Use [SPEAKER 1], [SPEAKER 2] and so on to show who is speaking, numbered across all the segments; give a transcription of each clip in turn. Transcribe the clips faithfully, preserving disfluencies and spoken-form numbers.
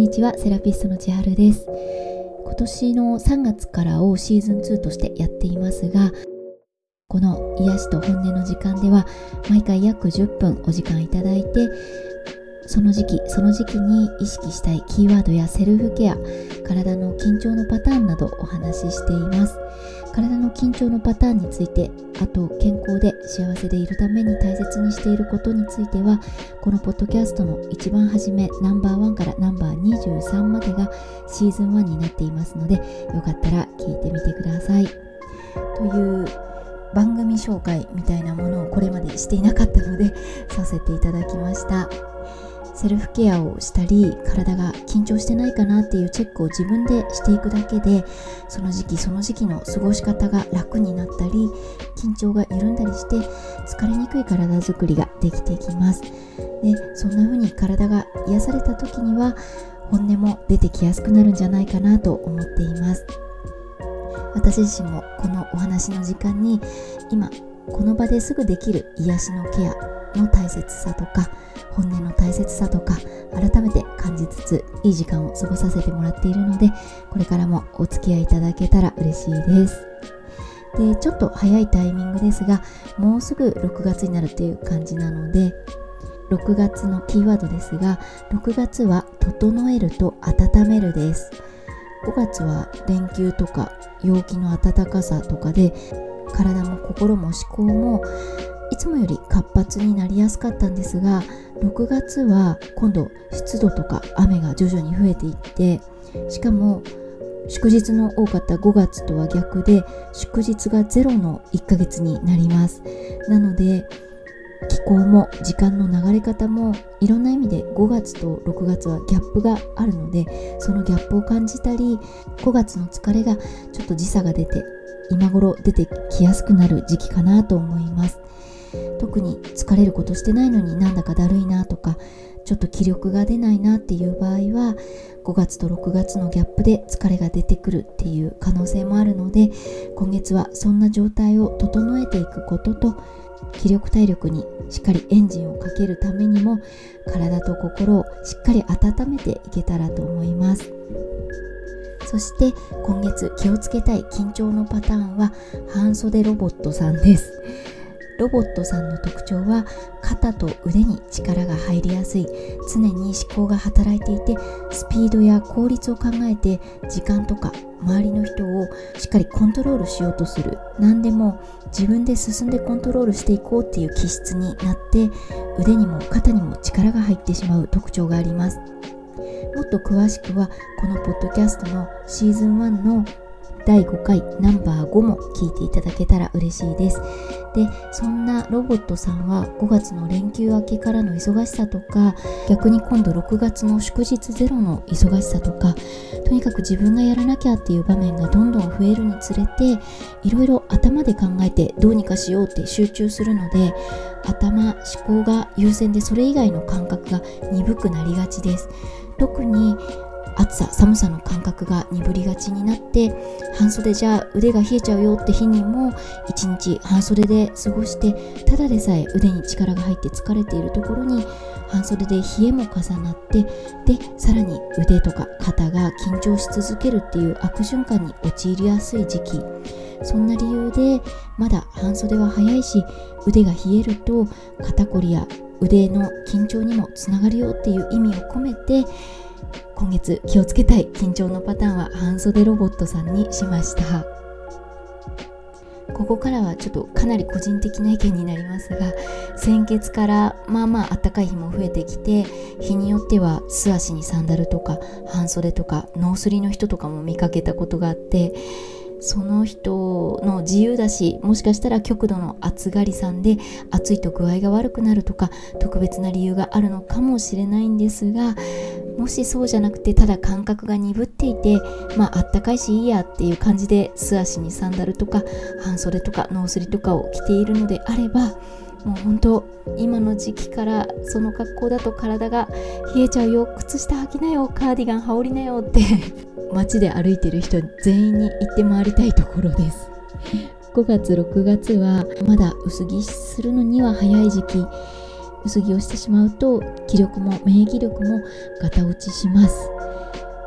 [SPEAKER 1] にちは、セラピストの千春です。今年のさんがつからをシーズンツーとしてやっていますが、この癒しと本音の時間では毎回約じゅっぷんお時間いただいて、その時期その時期に意識したいキーワードやセルフケア、体の緊張のパターンなどお話ししています。体の緊張のパターンについて、あと健康で幸せでいるために大切にしていることについては、このポッドキャストの一番初めナンバーワンからナンバーにじゅうさんまでがシーズンワンになっていますので、よかったら聞いてみてください。という番組紹介みたいなものをこれまでしていなかったのでさせていただきました。セルフケアをしたり、体が緊張してないかなっていうチェックを自分でしていくだけで、その時期その時期の過ごし方が楽になったり、緊張が緩んだりして疲れにくい体づくりができていきます。で、そんな風に体が癒された時には本音も出てきやすくなるんじゃないかなと思っています。私自身もこのお話の時間に、今この場ですぐできる癒しのケアの大切さとか、本音の大切さとか改めて感じつつ、いい時間を過ごさせてもらっているので、これからもお付き合いいただけたら嬉しいです。で、ちょっと早いタイミングですが、もうすぐろくがつになるっていう感じなので、ろくがつのキーワードですが、ろくがつは整えると温めるです。ごがつは連休とか陽気の暖かさとかで、体も心も思考もいつもより活発になりやすかったんですが、ろくがつは今度湿度とか雨が徐々に増えていって、しかも祝日の多かったごがつとは逆で祝日がゼロのいっかげつになります。なので気候も時間の流れ方もいろんな意味でごがつとろくがつはギャップがあるので、そのギャップを感じたり、ごがつの疲れがちょっと時差が出て今頃出てきやすくなる時期かなと思います。特に疲れることしてないのになんだかだるいなとか、ちょっと気力が出ないなっていう場合は、ごがつとろくがつのギャップで疲れが出てくるっていう可能性もあるので、今月はそんな状態を整えていくことと、気力体力にしっかりエンジンをかけるためにも、体と心をしっかり温めていけたらと思います。そして今月気をつけたい緊張のパターンは半袖ロボットさんです。ロボットさんの特徴は、肩と腕に力が入りやすい、常に思考が働いていて、スピードや効率を考えて時間とか周りの人をしっかりコントロールしようとする、何でも自分で進んでコントロールしていこうっていう気質になって、腕にも肩にも力が入ってしまう特徴があります。もっと詳しくはこのポッドキャストのシーズンワンのだいごかいナンバーごも聞いていただけたら嬉しいです。で、そんなロボットさんはごがつの連休明けからの忙しさとか、逆に今度ろくがつの祝日ゼロの忙しさとか、とにかく自分がやらなきゃっていう場面がどんどん増えるにつれて、いろいろ頭で考えてどうにかしようって集中するので、頭、思考が優先でそれ以外の感覚が鈍くなりがちです。特に暑さ、寒さの感覚が鈍りがちになって、半袖じゃ腕が冷えちゃうよって日にも一日半袖で過ごして、ただでさえ腕に力が入って疲れているところに半袖で冷えも重なって、でさらに腕とか肩が緊張し続けるっていう悪循環に陥りやすい時期。そんな理由でまだ半袖は早いし、腕が冷えると肩こりや腕の緊張にもつながるよっていう意味を込めて、今月気をつけたい緊張のパターンは半袖ロボットさんにしました。ここからはちょっとかなり個人的な意見になりますが、先月からまあまあ暖かい日も増えてきて、日によっては素足にサンダルとか半袖とかノースリの人とかも見かけたことがあって、その人の自由だし、もしかしたら極度の暑がりさんで暑いと具合が悪くなるとか、特別な理由があるのかもしれないんですが、もしそうじゃなくてただ感覚が鈍っていて、まああったかいしいいやっていう感じで素足にサンダルとか半袖とかノースリとかを着ているのであれば、もう本当今の時期からその格好だと体が冷えちゃうよ、靴下履きなよ、カーディガン羽織りなよって街で歩いてる人全員に言って回りたいところです。ごがつろくがつはまだ薄着するのには早い時期。薄着をしてしまうと気力も免疫力もガタ落ちします。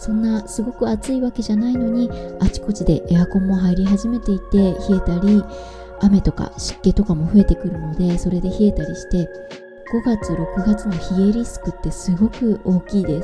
[SPEAKER 1] そんなすごく暑いわけじゃないのに、あちこちでエアコンも入り始めていて冷えたり、雨とか湿気とかも増えてくるので、それで冷えたりして、ごがつろくがつの冷えリスクってすごく大きいです。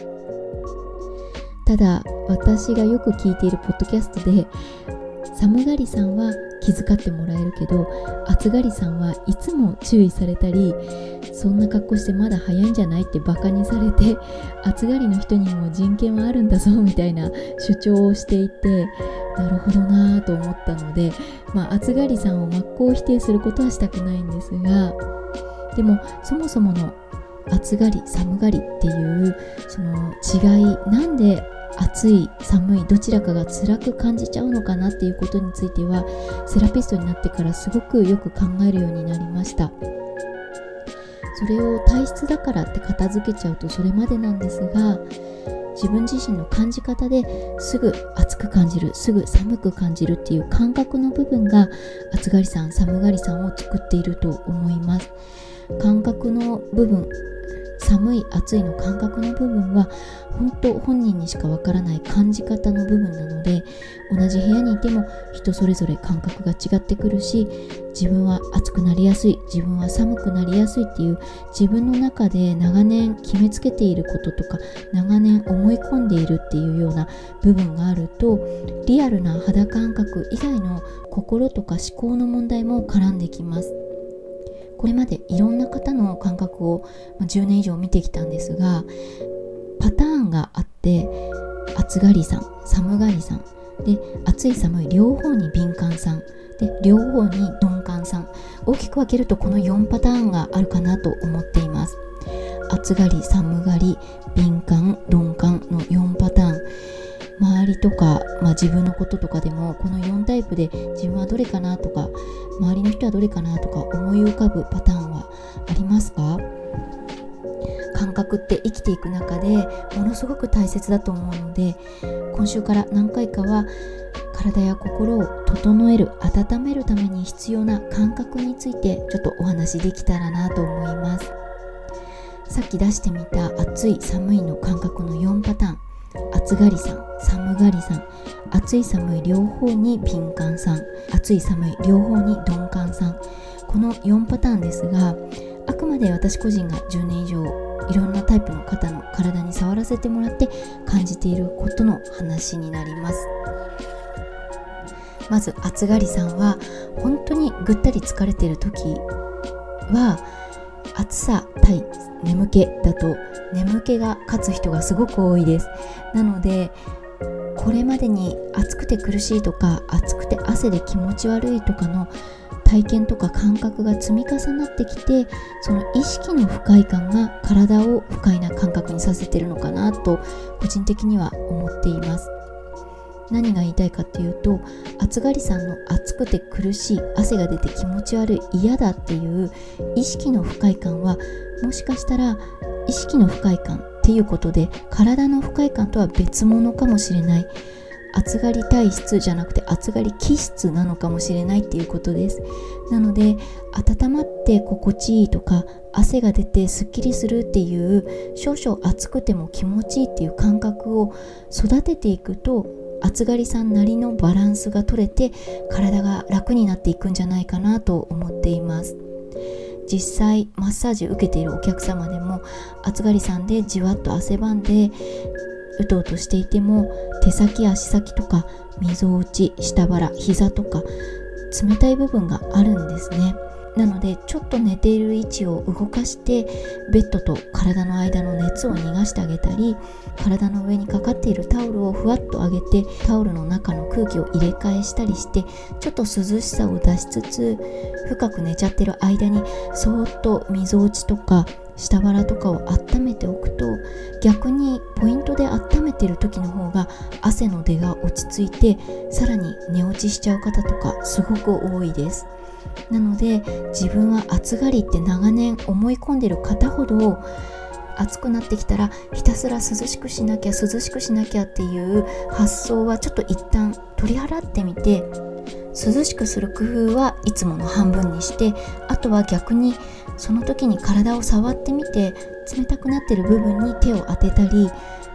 [SPEAKER 1] ただ私がよく聞いているポッドキャストで、寒がりさんは気遣ってもらえるけど、暑がりさんはいつも注意されたり、そんな格好してまだ早いんじゃないってバカにされて、暑がりの人にも人権はあるんだぞみたいな主張をしていて、なるほどなぁと思ったので、まあ暑がりさんを真っ向否定することはしたくないんですが、でもそもそもの暑がり寒がりっていうその違い、なんで暑い寒いどちらかが辛く感じちゃうのかなっていうことについては、セラピストになってからすごくよく考えるようになりました。それを体質だからって片付けちゃうとそれまでなんですが、自分自身の感じ方ですぐ暑く感じる、すぐ寒く感じるっていう感覚の部分が暑がりさん寒がりさんを作っていると思います。感覚の部分、寒い暑いの感覚の部分は本当本人にしかわからない感じ方の部分なので、同じ部屋にいても人それぞれ感覚が違ってくるし、自分は暑くなりやすい、自分は寒くなりやすいっていう自分の中で長年決めつけていることとか、長年思い込んでいるっていうような部分があると、リアルな肌感覚以外の心とか思考の問題も絡んできます。これまでいろんな方の感覚をじゅうねん以上見てきたんですが、パターンがあって、暑がりさん寒がりさんで、暑い寒い両方に敏感さんで、両方に鈍感さん、大きく分けるとこのよんパターンがあるかなと思っています。暑がり寒がり敏感鈍感のよんパターン、周りとか、まあ、自分のこととかでもこのよんタイプで自分はどれかなとか、周りの人はどれかなとか思い浮かぶパターンはありますか？感覚って生きていく中でものすごく大切だと思うので、今週から何回かは体や心を整える、温めるために必要な感覚についてちょっとお話できたらなと思います。さっき出してみた暑い寒いの感覚のよんパターン、暑がりさん寒がりさん、暑い寒い両方に敏感さん、暑い寒い両方に鈍感さん、このよんパターンですが、あくまで私個人がじゅうねん以上いろんなタイプの方の体に触らせてもらって感じていることの話になります。まず暑がりさんは本当にぐったり疲れている時は、暑さ対眠気だと眠気が勝つ人がすごく多いです。なのでこれまでに暑くて苦しいとか、暑くて汗で気持ち悪いとかの体験とか感覚が積み重なってきて、その意識の不快感が体を不快な感覚にさせてるのかなと個人的には思っています。何が言いたいかっていうと、暑がりさんの暑くて苦しい、汗が出て気持ち悪い、嫌だっていう意識の不快感は、もしかしたら意識の不快感っていうことで体の不快感とは別物かもしれない、暑がり体質じゃなくて暑がり気質なのかもしれないっていうことです。なので温まって心地いいとか、汗が出てすっきりするっていう少々暑くても気持ちいいっていう感覚を育てていくと、暑がりさんなりのバランスが取れて体が楽になっていくんじゃないかなと思っています。実際マッサージ受けているお客様でも、暑がりさんでじわっと汗ばんでうとうとしていても、手先足先とかみぞおち、下腹、膝とか冷たい部分があるんですね。なのでちょっと寝ている位置を動かしてベッドと体の間の熱を逃がしてあげたり、体の上にかかっているタオルをふわっと上げてタオルの中の空気を入れ替えしたりして、ちょっと涼しさを出しつつ、深く寝ちゃってる間にそーっとみぞおちとか下腹とかを温めておくと、逆にポイントで温めている時の方が汗の出が落ち着いて、さらに寝落ちしちゃう方とかすごく多いです。なので自分は暑がりって長年思い込んでる方ほど、暑くなってきたらひたすら涼しくしなきゃ涼しくしなきゃっていう発想はちょっと一旦取り払ってみて、涼しくする工夫はいつもの半分にして、あとは逆にその時に体を触ってみて、冷たくなってる部分に手を当てたり、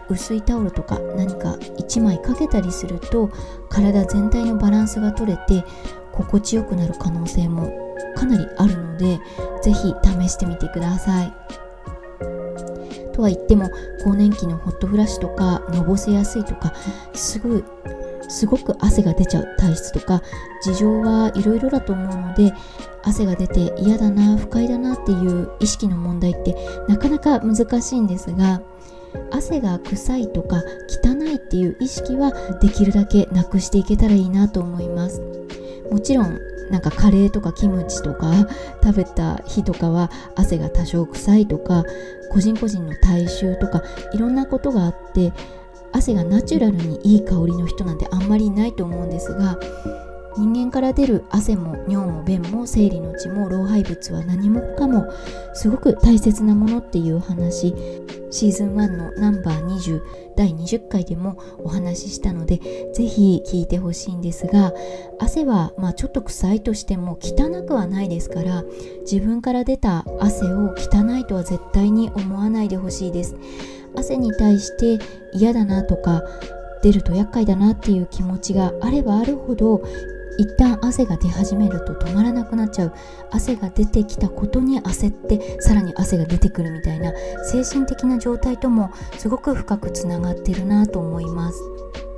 [SPEAKER 1] 薄いタオルとか何かいちまいかけたりすると体全体のバランスが取れて心地よくなる可能性もかなりあるので、ぜひ試してみてください。とは言っても更年期のホットフラッシュとかのぼせやすいとかすぐすごく汗が出ちゃう体質とか事情はいろいろだと思うので、汗が出て嫌だな不快だなっていう意識の問題ってなかなか難しいんですが、汗が臭いとか汚いっていう意識はできるだけなくしていけたらいいなと思います。もちろんなんかカレーとかキムチとか食べた日とかは汗が多少臭いとか個人個人の体臭とかいろんなことがあって、汗がナチュラルにいい香りの人なんてあんまりいないと思うんですが、人間から出る汗も尿も便も生理の血も老廃物は何もかもすごく大切なものっていう話、シーズンワンのナンバーにじゅうだいにじゅっかいでもお話ししたので、ぜひ聞いてほしいんですが、汗はまあちょっと臭いとしても汚くはないですから、自分から出た汗を汚いとは絶対に思わないでほしいです。汗に対して嫌だなとか出ると厄介だなっていう気持ちがあればあるほど、一旦汗が出始めると止まらなくなっちゃう、汗が出てきたことに焦ってさらに汗が出てくるみたいな精神的な状態ともすごく深くつながってるなと思います。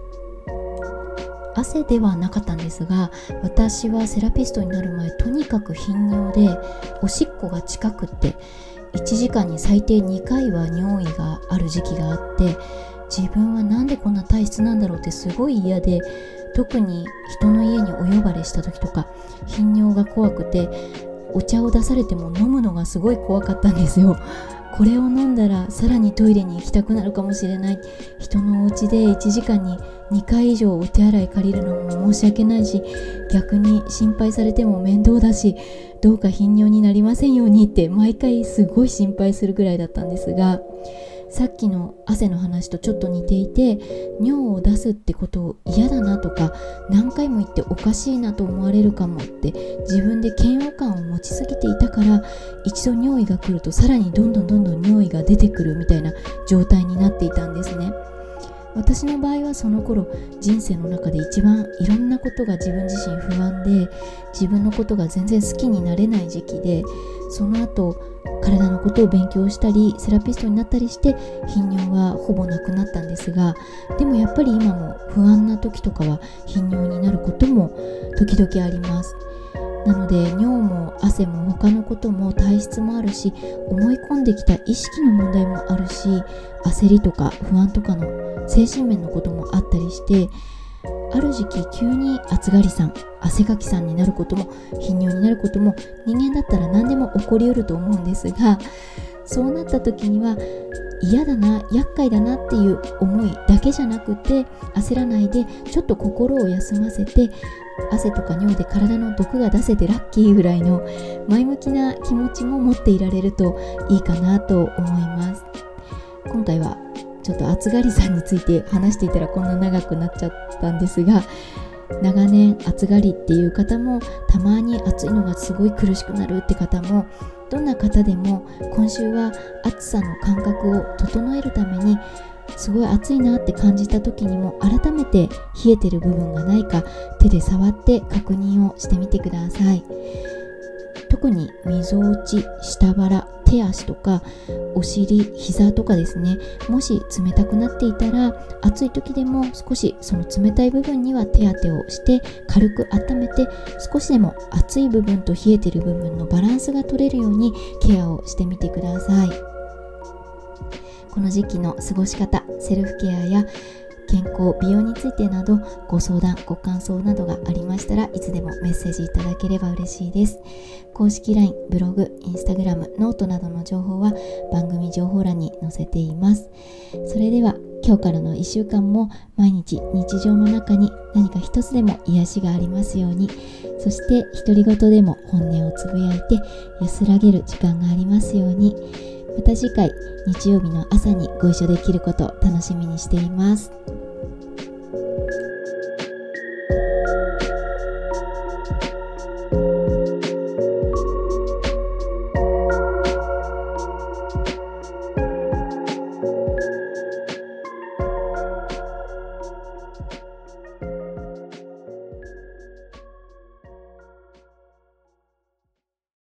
[SPEAKER 1] 汗ではなかったんですが、私はセラピストになる前とにかく頻尿でおしっこが近くっていちじかんに最低にかいは尿意がある時期があって、自分はなんでこんな体質なんだろうってすごい嫌で、特に人の家にお呼ばれした時とか頻尿が怖くて、お茶を出されても飲むのがすごい怖かったんですよ。これを飲んだらさらにトイレに行きたくなるかもしれない、人のお家でいちじかんににかい以上お手洗い借りるのも申し訳ないし、逆に心配されても面倒だし、どうか頻尿になりませんようにって毎回すごい心配するぐらいだったんですが、さっきの汗の話とちょっと似ていて、尿を出すってことを嫌だなとか何回も言っておかしいなと思われるかもって自分で嫌悪感を持ちすぎていたから、一度尿意が来るとさらにどんどんどんどん尿意が出てくるみたいな状態になっていたんですね。私の場合はその頃人生の中で一番いろんなことが自分自身不安で、自分のことが全然好きになれない時期で、その後体のことを勉強したりセラピストになったりして頻尿はほぼなくなったんですが、でもやっぱり今も不安な時とかは頻尿になることも時々あります。なので尿も汗も他のことも体質もあるし、思い込んできた意識の問題もあるし、焦りとか不安とかの精神面のこともあったりして、ある時期急に暑がりさん、汗かきさんになることも頻尿になることも人間だったら何でも起こりうると思うんですが、そうなった時には嫌だな厄介だなっていう思いだけじゃなくて、焦らないでちょっと心を休ませて、汗とか尿で体の毒が出せてラッキーぐらいの前向きな気持ちも持っていられるといいかなと思います。今回はちょっと暑がりさんについて話していたらこんな長くなっちゃったんですが、長年暑がりっていう方も、たまに暑いのがすごい苦しくなるって方も、どんな方でも今週は暑さの感覚を整えるために、すごい暑いなって感じた時にも改めて冷えてる部分がないか手で触って確認をしてみてください。特にみぞおち、下腹、手足とかお尻、膝とかですね、もし冷たくなっていたら、暑い時でも少しその冷たい部分には手当てをして軽く温めて、少しでも暑い部分と冷えてる部分のバランスが取れるようにケアをしてみてください。この時期の過ごし方、セルフケアや健康、美容についてなどご相談、ご感想などがありましたらいつでもメッセージいただければ嬉しいです。公式 ライン、ブログ、インスタグラム、ノートなどの情報は番組情報欄に載せています。それでは今日からのいっしゅうかんも毎日日常の中に何か一つでも癒しがありますように、そして独り言でも本音をつぶやいて安らげる時間がありますように。また次回日曜日の朝にご一緒できることを楽しみにしています。